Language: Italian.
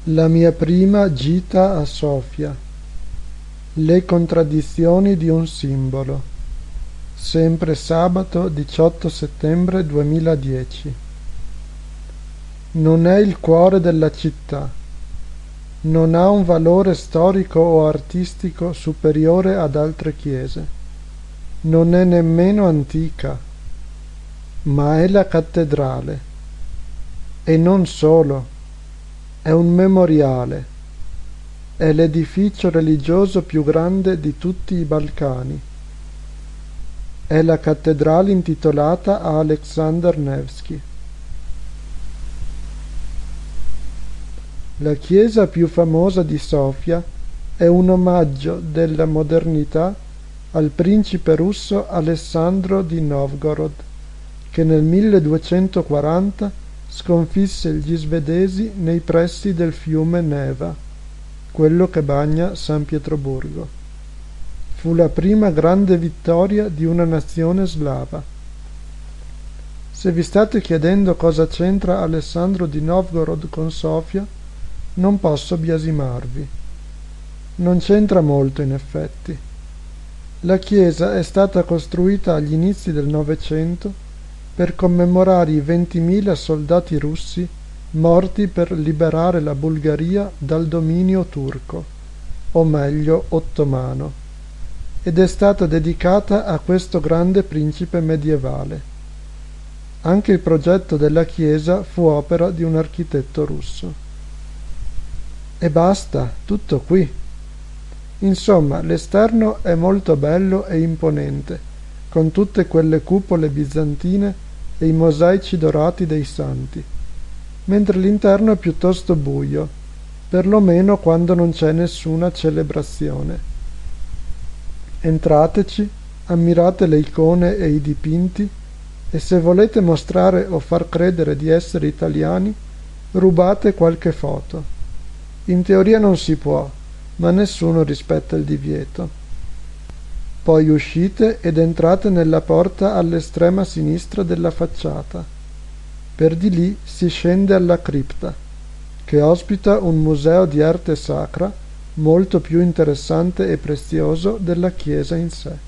La mia prima gita a Sofia. Le contraddizioni di un simbolo. Sempre sabato 18 settembre 2010. Non è il cuore della città. Non ha un valore storico o artistico superiore ad altre chiese. Non è nemmeno antica, ma è la cattedrale. E non solo. È un memoriale. È l'edificio religioso più grande di tutti i Balcani. È la cattedrale intitolata a Aleksandr Nevskij. La chiesa più famosa di Sofia è un omaggio della modernità al principe russo Alessandro di Novgorod, che nel 1240 sconfisse gli svedesi nei pressi del fiume Neva, quello che bagna San Pietroburgo. Fu la prima grande vittoria di una nazione slava. Se vi state chiedendo cosa c'entra Alessandro di Novgorod con Sofia, non posso biasimarvi. Non c'entra molto, in effetti. La chiesa è stata costruita agli inizi del Novecento per commemorare i 20.000 soldati russi morti per liberare la Bulgaria dal dominio turco, o meglio ottomano, ed è stata dedicata a questo grande principe medievale. Anche il progetto della chiesa fu opera di un architetto russo. E basta, tutto qui. Insomma, l'esterno è molto bello e imponente, con tutte quelle cupole bizantine e i mosaici dorati dei santi, mentre l'interno è piuttosto buio, perlomeno quando non c'è nessuna celebrazione. Entrateci, ammirate le icone e i dipinti, e se volete mostrare o far credere di essere italiani, rubate qualche foto. In teoria non si può, ma nessuno rispetta il divieto. Poi uscite ed entrate nella porta all'estrema sinistra della facciata. Per di lì si scende alla cripta, che ospita un museo di arte sacra molto più interessante e prezioso della chiesa in sé.